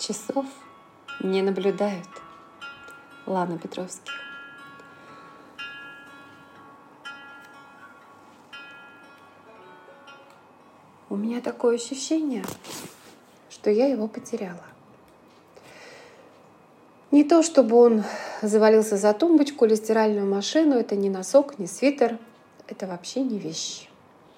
часов не наблюдают. Лана Петровских. У меня такое ощущение, что я его потеряла. Не то, чтобы он завалился за тумбочку или стиральную машину, это не носок, не свитер, это вообще не вещь.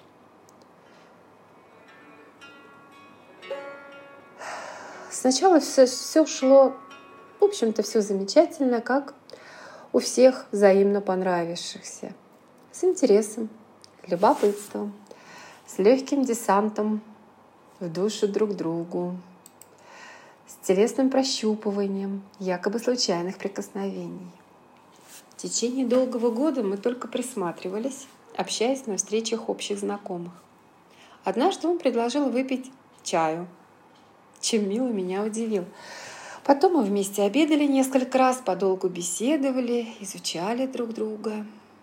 Сначала все шло, в общем-то, все замечательно, как у всех взаимно понравившихся. С интересом, любопытством, с легким десантом в душу друг другу, с телесным прощупыванием якобы случайных прикосновений. В течение долгого года мы только присматривались, общаясь на встречах общих знакомых. Однажды он предложил выпить чаю, чем мило меня удивил. Потом мы вместе обедали несколько раз, подолгу беседовали, изучали друг друга.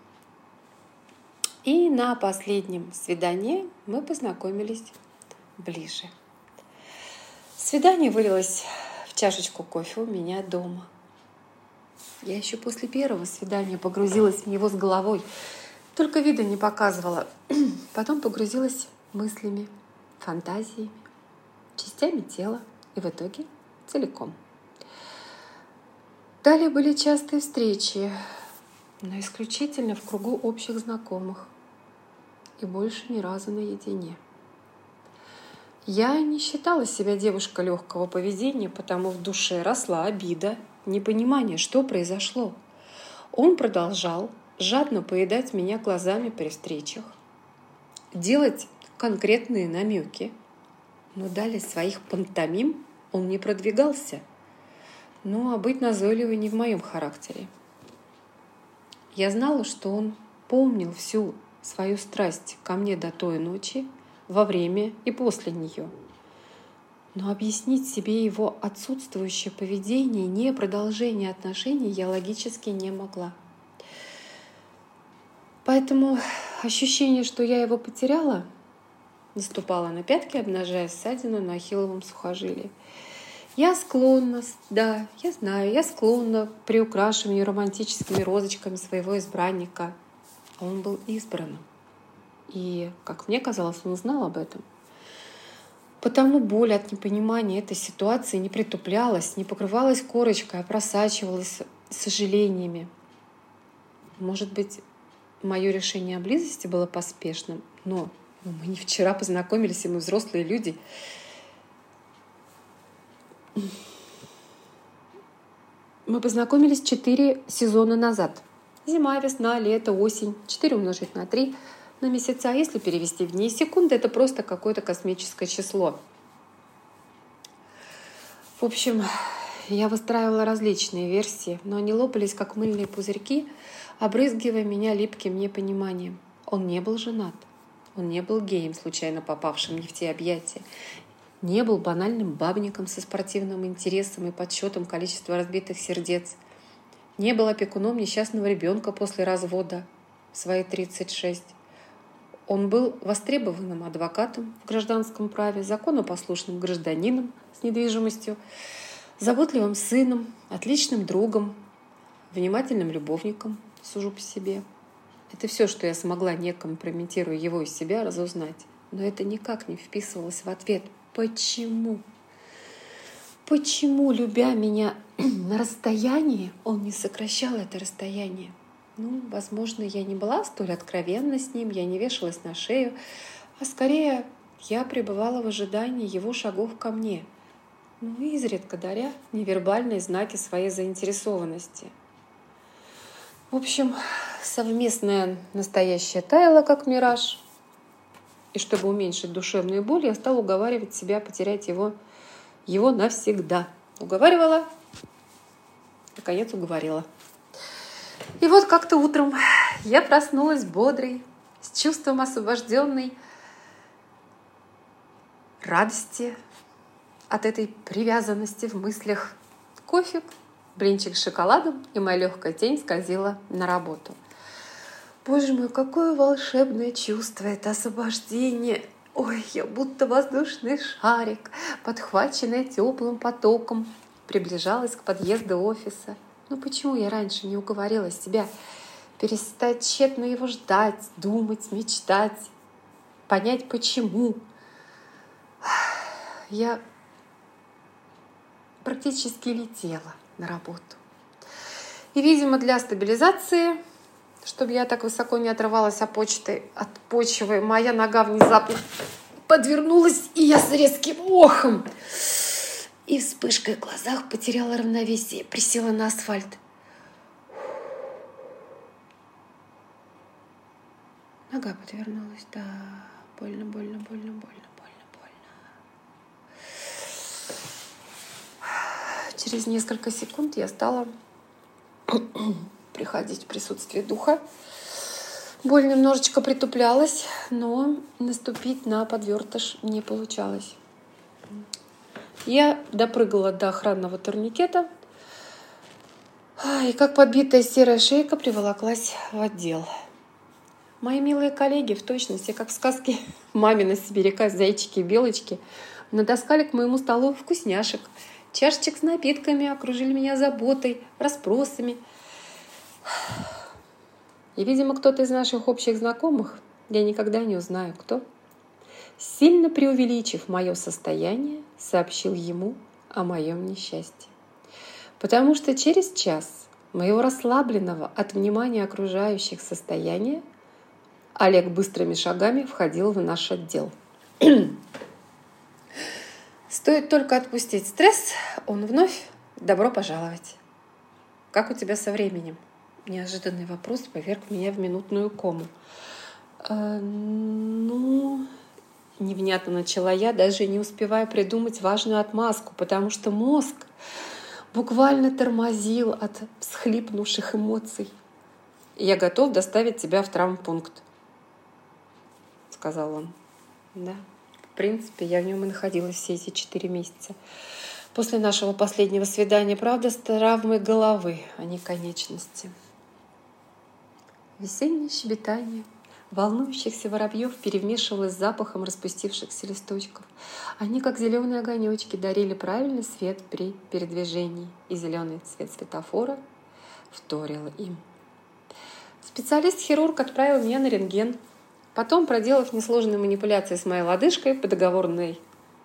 И на последнем свидании мы познакомились ближе. Свидание вылилось в чашечку кофе у меня дома. Я еще после первого свидания погрузилась в него с головой, только вида не показывала. Потом погрузилась мыслями, фантазиями, частями тела и в итоге целиком. Далее были частые встречи, но исключительно в кругу общих знакомых и больше ни разу наедине. Я не считала себя девушкой легкого поведения, потому в душе росла обида, непонимание, что произошло. Он продолжал жадно поедать меня глазами при встречах, делать конкретные намеки, но далее своих пантомим он не продвигался. А быть назойливой не в моем характере. Я знала, что он помнил всю свою страсть ко мне до той ночи, во время и после нее. Но объяснить себе его отсутствующее поведение, не продолжение отношений, я логически не могла. Поэтому ощущение, что я его потеряла, наступало на пятки, обнажая ссадину на ахилловом сухожилии. Я склонна к приукрашиванию романтическими розочками своего избранника. Он был избранным. И, как мне казалось, он знал об этом. Потому боль от непонимания этой ситуации не притуплялась, не покрывалась корочкой, а просачивалась сожалениями. Может быть, мое решение о близости было поспешным, но мы не вчера познакомились, и мы взрослые люди. Мы познакомились 4 сезона назад. Зима, весна, лето, осень. 4 умножить на 3 на месяца. А если перевести в дни и секунды, это просто какое-то космическое число. В общем, я выстраивала различные версии, но они лопались, как мыльные пузырьки, обрызгивая меня липким непониманием. Он не был женат. Он не был геем, случайно попавшим не в те объятия. Не был банальным бабником со спортивным интересом и подсчетом количества разбитых сердец. Не был опекуном несчастного ребенка после развода в свои 36. Он был востребованным адвокатом в гражданском праве, законопослушным гражданином с недвижимостью, заботливым сыном, отличным другом, внимательным любовником, сужу по себе. Это все, что я смогла, не компрометируя его из себя, разузнать. Но это никак не вписывалось в ответ. Почему? Почему, любя меня на расстоянии, он не сокращал это расстояние? Возможно, я не была столь откровенна с ним, я не вешалась на шею, а скорее я пребывала в ожидании его шагов ко мне, изредка даря невербальные знаки своей заинтересованности. В общем, совместное настоящее таяло, как мираж. И чтобы уменьшить душевную боль, я стала уговаривать себя потерять его навсегда. Уговаривала, наконец уговорила. И вот как-то утром я проснулась бодрой, с чувством освобожденной радости от этой привязанности в мыслях. Кофе, блинчик с шоколадом, и моя легкая тень скользила на работу. Боже мой, какое волшебное чувство, это освобождение Ой, я будто воздушный шарик, подхваченный теплым потоком, приближалась к подъезду офиса. Ну почему я раньше не уговорила себя перестать тщетно его ждать, думать, мечтать, понять почему? Я практически летела на работу. И, видимо, для стабилизации, чтобы я так высоко не отрывалась от почвы, моя нога внезапно подвернулась, и я с резким охом и вспышкой в глазах потеряла равновесие, присела на асфальт. Нога подвернулась, да, больно. Через несколько секунд я стала приходить в присутствие духа. Боль немножечко притуплялась, но наступить на подвертыш не получалось. Я допрыгала до охранного турникета и, как подбитая серая шейка, приволоклась в отдел. Мои милые коллеги, в точности, как в сказке «Мамина сибиряка, зайчики и белочки», надоскали к моему столу вкусняшек, чашечек с напитками, окружили меня заботой, расспросами. И, видимо, кто-то из наших общих знакомых, я никогда не узнаю кто, сильно преувеличив мое состояние, сообщил ему о моем несчастье. Потому что через час моего расслабленного от внимания окружающих состояния Олег быстрыми шагами входил в наш отдел. Стоит только отпустить стресс, он вновь добро пожаловать. Как у тебя со временем? Неожиданный вопрос поверг меня в минутную кому. Невнятно начала я, даже не успевая придумать важную отмазку, потому что мозг буквально тормозил от всхлипнувших эмоций. «Я готов доставить тебя в травмпункт», — сказал он. Да, в принципе, я в нем и находилась все эти 4 месяца. После нашего последнего свидания, правда, с травмой головы, а не конечности. Весеннее щебетание волнующихся воробьев перемешивалось с запахом распустившихся листочков. Они, как зеленые огонечки, дарили правильный свет при передвижении, и зеленый цвет светофора вторил им. Специалист-хирург отправил меня на рентген. Потом, проделав несложные манипуляции с моей лодыжкой по договорной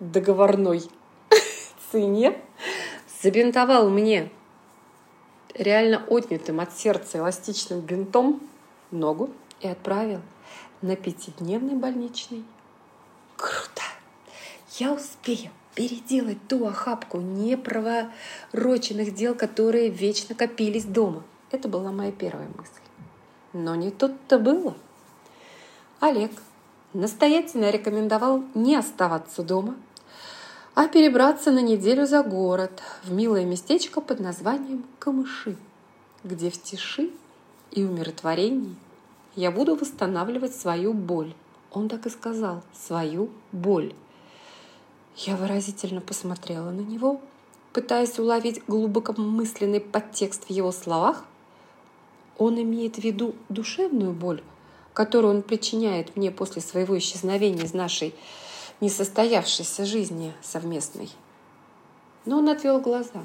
цене, забинтовал мне реально отнятым от сердца эластичным бинтом ногу и отправил на 5-дневный больничный. Круто! Я успею переделать ту охапку непровороченных дел, которые вечно копились дома. Это была моя первая мысль. Но не тут-то было. Олег настоятельно рекомендовал не оставаться дома, а перебраться на неделю за город, в милое местечко под названием Камыши, где в тиши и умиротворении я буду восстанавливать свою боль. Он так и сказал, свою боль. Я выразительно посмотрела на него, пытаясь уловить глубокомысленный подтекст в его словах. Он имеет в виду душевную боль, которую он причиняет мне после своего исчезновения из нашей несостоявшейся жизни совместной. Но он отвел глаза.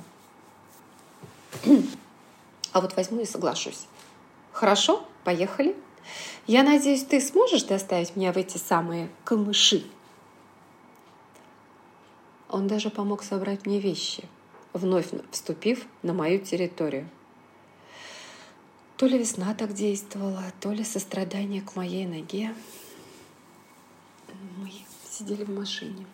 А вот возьму и соглашусь. Хорошо, поехали. Я надеюсь, ты сможешь доставить меня в эти самые камыши. Он даже помог собрать мне вещи, вновь вступив на мою территорию. То ли весна так действовала, то ли сострадание к моей ноге. Мы сидели в машине.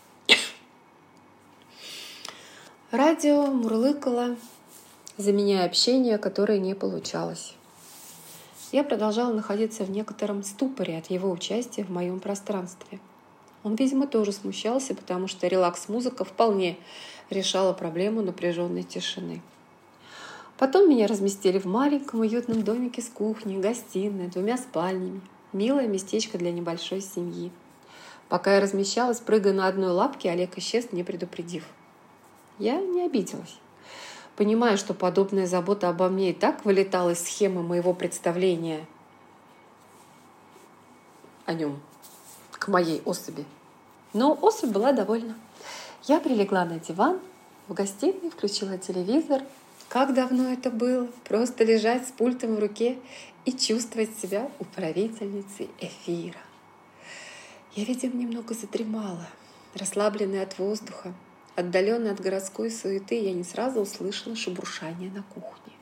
Радио мурлыкало, заменяя общение, которое не получалось. Я продолжала находиться в некотором ступоре от его участия в моем пространстве. Он, видимо, тоже смущался, потому что релакс-музыка вполне решала проблему напряженной тишины. Потом меня разместили в маленьком уютном домике с кухней, гостиной, 2 спальнями. Милое местечко для небольшой семьи. Пока я размещалась, прыгая на одной лапке, Олег исчез, не предупредив. Я не обиделась, понимая, что подобная забота обо мне и так вылетала из схемы моего представления о нем, к моей особи. Но особь была довольна. Я прилегла на диван, в гостиной включила телевизор. Как давно это было, просто лежать с пультом в руке и чувствовать себя управительницей эфира. Я, видимо, немного задремала, расслабленная от воздуха, отдаленная от городской суеты, я не сразу услышала шебуршание на кухне.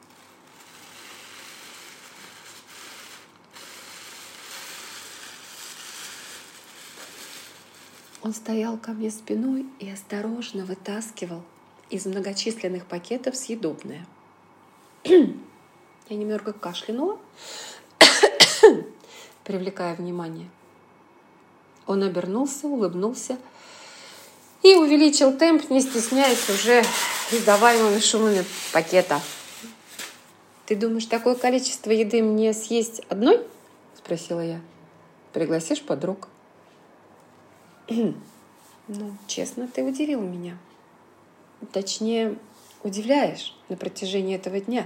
Он стоял ко мне спиной и осторожно вытаскивал из многочисленных пакетов съедобное. Я немного кашлянула, привлекая внимание. Он обернулся, улыбнулся и увеличил темп, не стесняясь уже издаваемыми шумами пакета. «Ты думаешь, такое количество еды мне съесть одной?» — спросила я. «Пригласишь подруг?» «Ну, честно, ты удивил меня. Точнее, удивляешь на протяжении этого дня.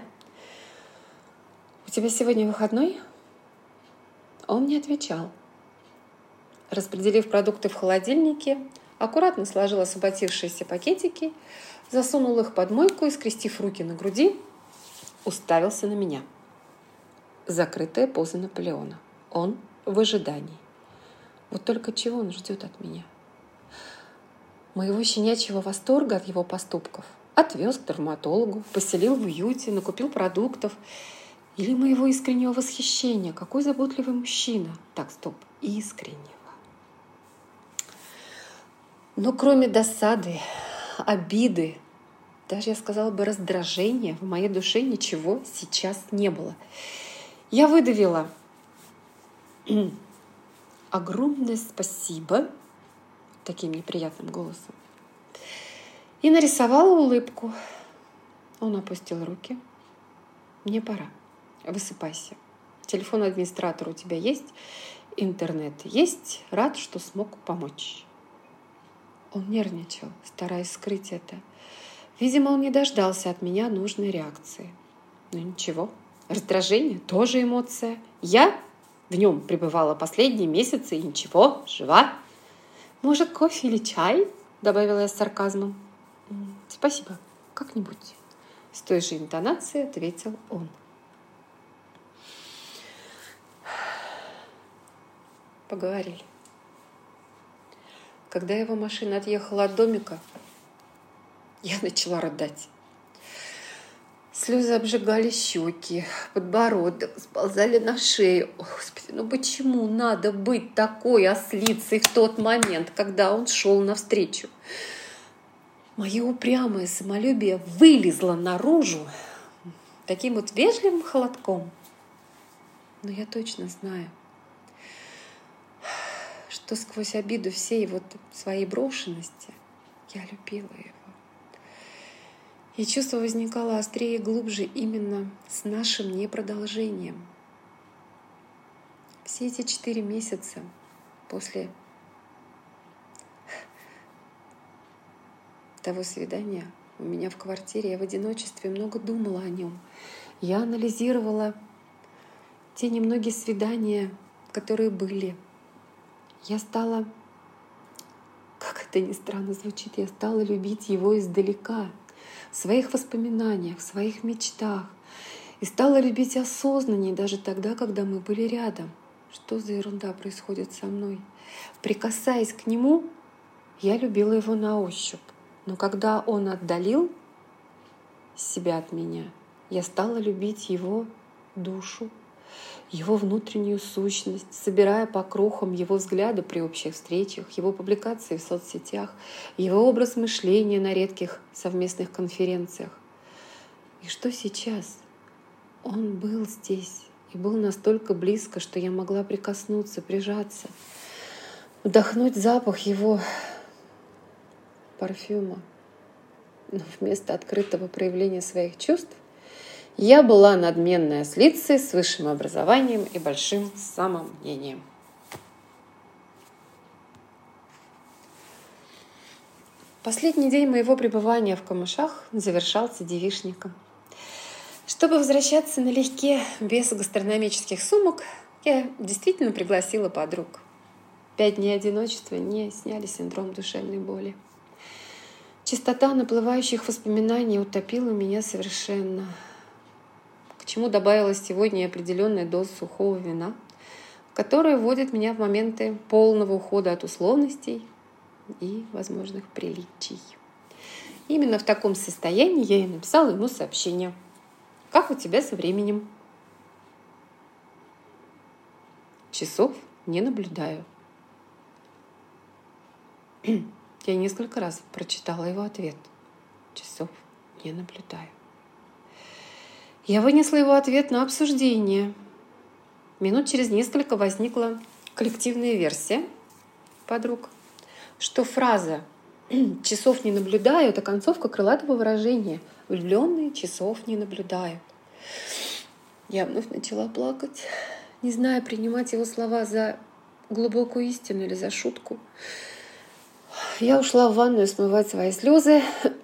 У тебя сегодня выходной?» Он не отвечал. Распределив продукты в холодильнике, аккуратно сложил освободившиеся пакетики, засунул их под мойку и, скрестив руки на груди, уставился на меня. Закрытая поза Наполеона. Он в ожидании. Вот только чего он ждет от меня? Моего щенячьего восторга от его поступков. Отвез к травматологу, поселил в уюте, накупил продуктов. Или моего искреннего восхищения. Какой заботливый мужчина. Так, стоп. Искреннего. Но кроме досады, обиды, даже, я сказала бы, раздражения, в моей душе ничего сейчас не было. Я выдавила огромное спасибо таким неприятным голосом и нарисовала улыбку. Он опустил руки. Мне пора. Высыпайся. Телефон администратора у тебя есть, интернет есть. Рад, что смог помочь. Он нервничал, стараясь скрыть это. Видимо, он не дождался от меня нужной реакции. Но ничего. Раздражение – тоже эмоция. Я в нем пребывала последние месяцы и ничего, жива. «Может, кофе или чай?» – добавила я с сарказмом. «Спасибо, как-нибудь». С той же интонацией ответил он. Поговорили. Когда его машина отъехала от домика, я начала рыдать. Слезы обжигали щеки, подбородок, сползали на шею. О, Господи, ну почему надо быть такой ослицей в тот момент, когда он шел навстречу? Мое упрямое самолюбие вылезло наружу таким вот вежливым холодком. Но я точно знаю, что сквозь обиду всей вот своей брошенности я любила его. И чувство возникало острее и глубже именно с нашим непродолжением. Все эти 4 месяца после того свидания у меня в квартире я в одиночестве много думала о нем. Я анализировала те немногие свидания, которые были. Я стала, как это ни странно звучит, я стала любить его издалека, в своих воспоминаниях, в своих мечтах. И стала любить осознаннее даже тогда, когда мы были рядом. Что за ерунда происходит со мной? Прикасаясь к нему, я любила его на ощупь. Но когда он отдалил себя от меня, я стала любить его душу, его внутреннюю сущность, собирая по крохам его взгляды при общих встречах, его публикации в соцсетях, его образ мышления на редких совместных конференциях. И что сейчас? Он был здесь и был настолько близко, что я могла прикоснуться, прижаться, вдохнуть запах его парфюма. Но вместо открытого проявления своих чувств я была надменной ослицей с высшим образованием и большим самомнением. Последний день моего пребывания в Камышах завершался девичником. Чтобы возвращаться налегке, без гастрономических сумок, я действительно пригласила подруг. 5 дней одиночества не сняли синдром душевной боли. Чистота наплывающих воспоминаний утопила меня совершенно. К чему добавилась сегодня определенная доза сухого вина, которая вводит меня в моменты полного ухода от условностей и возможных приличий. Именно в таком состоянии я и написала ему сообщение. «Как у тебя со временем?» «Часов не наблюдаю». Я несколько раз прочитала его ответ. «Часов не наблюдаю». Я вынесла его ответ на обсуждение. Минут через несколько возникла коллективная версия подруг, что фраза «часов не наблюдаю» — это концовка крылатого выражения «влюбленные часов не наблюдают». Я вновь начала плакать, не зная, принимать его слова за глубокую истину или за шутку. Я ушла в ванную смывать свои слезы.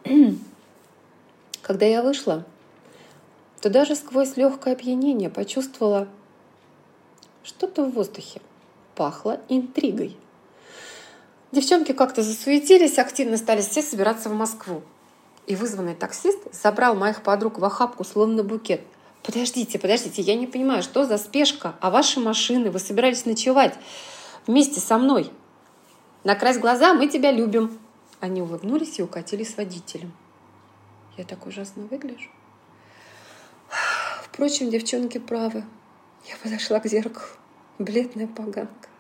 Когда я вышла, то даже сквозь легкое опьянение почувствовала что-то в воздухе. Пахло интригой. Девчонки как-то засуетились, активно стали все собираться в Москву. И вызванный таксист забрал моих подруг в охапку, словно букет. Подождите, я не понимаю, что за спешка? А ваши машины? Вы собирались ночевать вместе со мной? Накрась глаза, мы тебя любим». Они улыбнулись и укатили с водителем. Я так ужасно выгляжу. Впрочем, девчонки правы. Я подошла к зеркалу. Бледная поганка.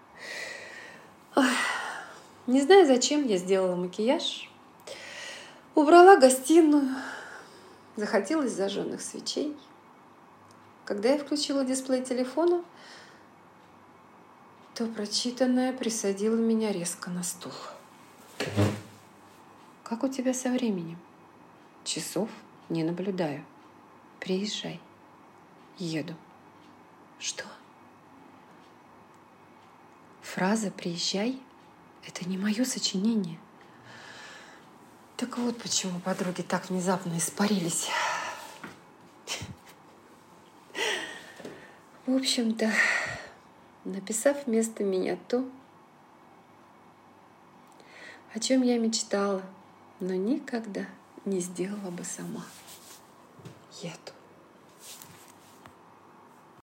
Не знаю, зачем я сделала макияж. Убрала гостиную. Захотелось зажженных свечей. Когда я включила дисплей телефона, то прочитанное присадило меня резко на стул. «Как у тебя со временем?» «Часов не наблюдаю. Приезжай». «Еду». «Что?» Фраза «приезжай» — это не мое сочинение. Так вот почему подруги так внезапно испарились. В общем-то, написав вместо меня то, о чем я мечтала, но никогда не сделала бы сама. Еду.